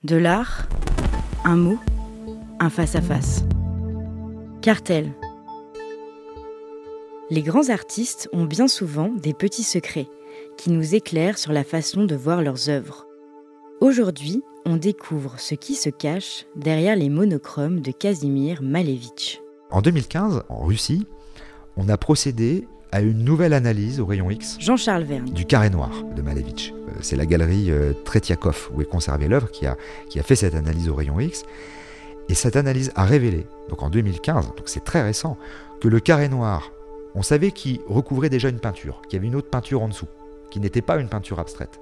De l'art, un mot, un face-à-face. Cartel. Les grands artistes ont bien souvent des petits secrets qui nous éclairent sur la façon de voir leurs œuvres. Aujourd'hui, on découvre ce qui se cache derrière les monochromes de Kazimir Malevich. En 2015, en Russie, on a procédé à une nouvelle analyse au rayon X Jean-Charles Verne. du carré noir de Malevich. C'est la galerie Tretiakov où est conservée l'œuvre qui a fait cette analyse au rayon X. Et cette analyse a révélé, donc en 2015, donc c'est très récent, que le carré noir, on savait qu'il recouvrait déjà une peinture, qu'il y avait une autre peinture en dessous, qui n'était pas une peinture abstraite.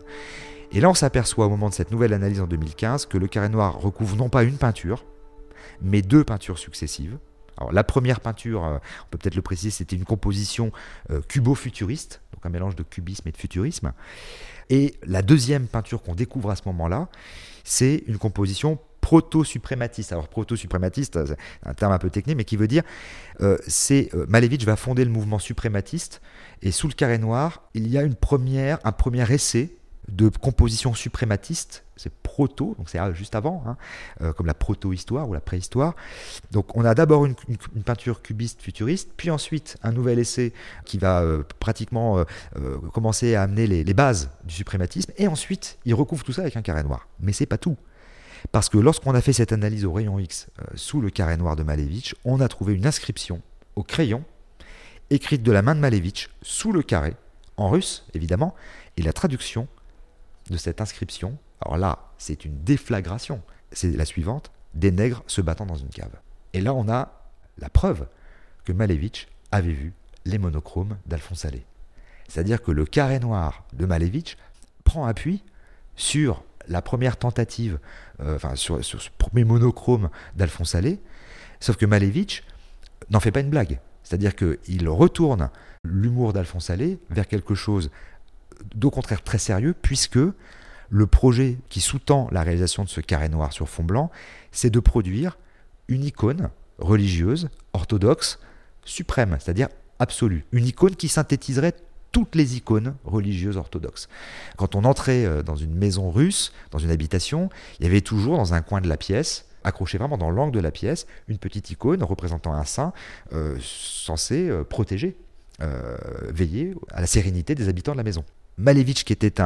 Et là, on s'aperçoit au moment de cette nouvelle analyse en 2015 que le carré noir recouvre non pas une peinture, mais deux peintures successives. Alors, la première peinture, on peut peut-être le préciser, c'était une composition cubo-futuriste, donc un mélange de cubisme et de futurisme. Et la deuxième peinture qu'on découvre à ce moment-là, c'est une composition proto-suprématiste. Alors proto-suprématiste, c'est un terme un peu technique, mais qui veut dire Malevich va fonder le mouvement suprématiste, et sous le carré noir, il y a un premier essai de composition suprématiste, c'est proto, donc c'est juste avant, comme la proto-histoire ou la préhistoire. Donc on a d'abord une peinture cubiste futuriste, puis ensuite un nouvel essai qui va pratiquement commencer à amener les bases du suprématisme, et ensuite il recouvre tout ça avec un carré noir. Mais c'est pas tout. Parce que lorsqu'on a fait cette analyse au rayon X sous le carré noir de Malevich, on a trouvé une inscription au crayon, écrite de la main de Malevich sous le carré, en russe évidemment, et la traduction de cette inscription, alors là, c'est une déflagration. C'est la suivante: des nègres se battant dans une cave. Et là, on a la preuve que Malevich avait vu les monochromes d'Alphonse Allais. C'est-à-dire que le carré noir de Malevich prend appui sur la première tentative, sur ce premier monochrome d'Alphonse Allais, sauf que Malevich n'en fait pas une blague. C'est-à-dire qu'il retourne l'humour d'Alphonse Allais vers quelque chose d'au contraire très sérieux, puisque le projet qui sous-tend la réalisation de ce carré noir sur fond blanc, c'est de produire une icône religieuse, orthodoxe, suprême, c'est-à-dire absolue. Une icône qui synthétiserait toutes les icônes religieuses orthodoxes. Quand on entrait dans une maison russe, dans une habitation, il y avait toujours dans un coin de la pièce, accroché vraiment dans l'angle de la pièce, une petite icône représentant un saint censé protéger, veiller à la sérénité des habitants de la maison. Malevich, qui était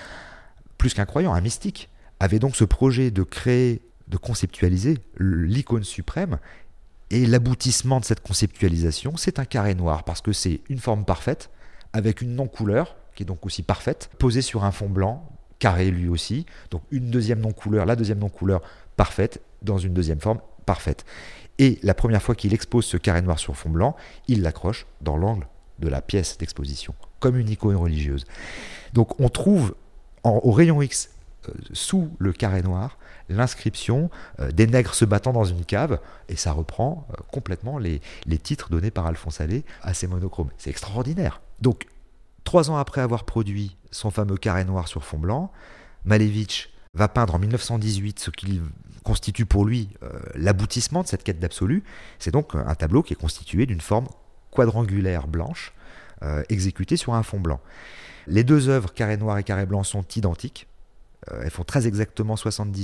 plus qu'un croyant, un mystique, avait donc ce projet de créer, de conceptualiser l'icône suprême, et l'aboutissement de cette conceptualisation, c'est un carré noir, parce que c'est une forme parfaite, avec une non-couleur, qui est donc aussi parfaite, posée sur un fond blanc, carré lui aussi, donc une deuxième non-couleur, la deuxième non-couleur parfaite, dans une deuxième forme parfaite. Et la première fois qu'il expose ce carré noir sur fond blanc, il l'accroche dans l'angle de la pièce d'exposition, comme une icône religieuse. Donc on trouve au rayon X, sous le carré noir, l'inscription des nègres se battant dans une cave, et ça reprend complètement les titres donnés par Alphonse Allais à ces monochromes. C'est extraordinaire. Donc 3 ans après avoir produit son fameux carré noir sur fond blanc, Malevich va peindre en 1918 ce qu'il constitue pour lui l'aboutissement de cette quête d'absolu. C'est donc un tableau qui est constitué d'une forme quadrangulaire blanche, exécutée sur un fond blanc. Les deux œuvres, carré noir et carré blanc, sont identiques. Elles font très exactement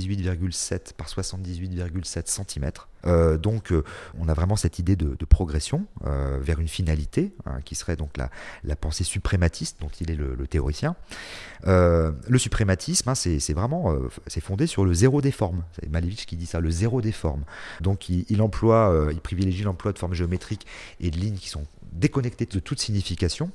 78,7 par 78,7 cm. Donc on a vraiment cette idée de progression vers une finalité, qui serait donc la pensée suprématiste dont il est le théoricien. Le suprématisme, c'est vraiment c'est fondé sur le zéro des formes. C'est Malevich qui dit ça, le zéro des formes. Donc il privilégie l'emploi de formes géométriques et de lignes qui sont déconnectées de toute signification.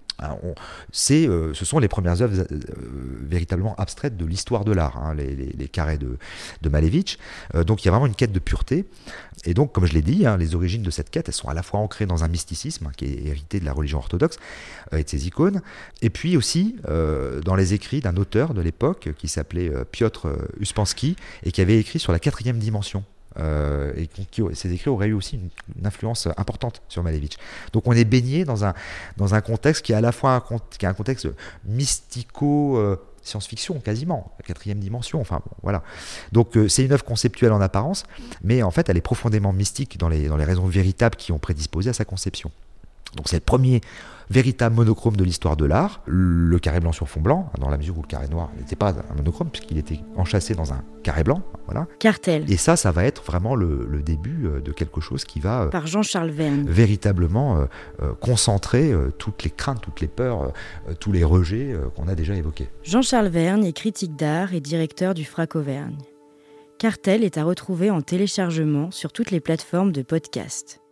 Ce sont les premières œuvres véritablement abstraites de l'histoire de l'art, les carrés de Malevich. Donc il y a vraiment une quête de pureté. Et donc, comme je l'ai dit, les origines de cette quête, elles sont à la fois ancrées dans un mysticisme qui est hérité de la religion orthodoxe et de ses icônes, et puis aussi dans les écrits d'un auteur de l'époque qui s'appelait Piotr Uspansky, et qui avait écrit sur la 4e dimension. Et ces écrits auraient eu aussi une influence importante sur Malevich. Donc on est baigné dans un contexte qui est à la fois un contexte mystico science-fiction quasiment, la 4e dimension, enfin bon, voilà. Donc c'est une œuvre conceptuelle en apparence, mais en fait elle est profondément mystique dans les raisons véritables qui ont prédisposé à sa conception. Donc c'est le premier véritable monochrome de l'histoire de l'art, le carré blanc sur fond blanc, dans la mesure où le carré noir n'était pas un monochrome, puisqu'il était enchâssé dans un carré blanc. Voilà. Cartel. Et ça va être vraiment le début de quelque chose qui va par Jean-Charles Verne. Véritablement concentrer toutes les craintes, toutes les peurs, tous les rejets qu'on a déjà évoqués. Jean-Charles Verne est critique d'art et directeur du FRAC Auvergne. Cartel est à retrouver en téléchargement sur toutes les plateformes de podcast.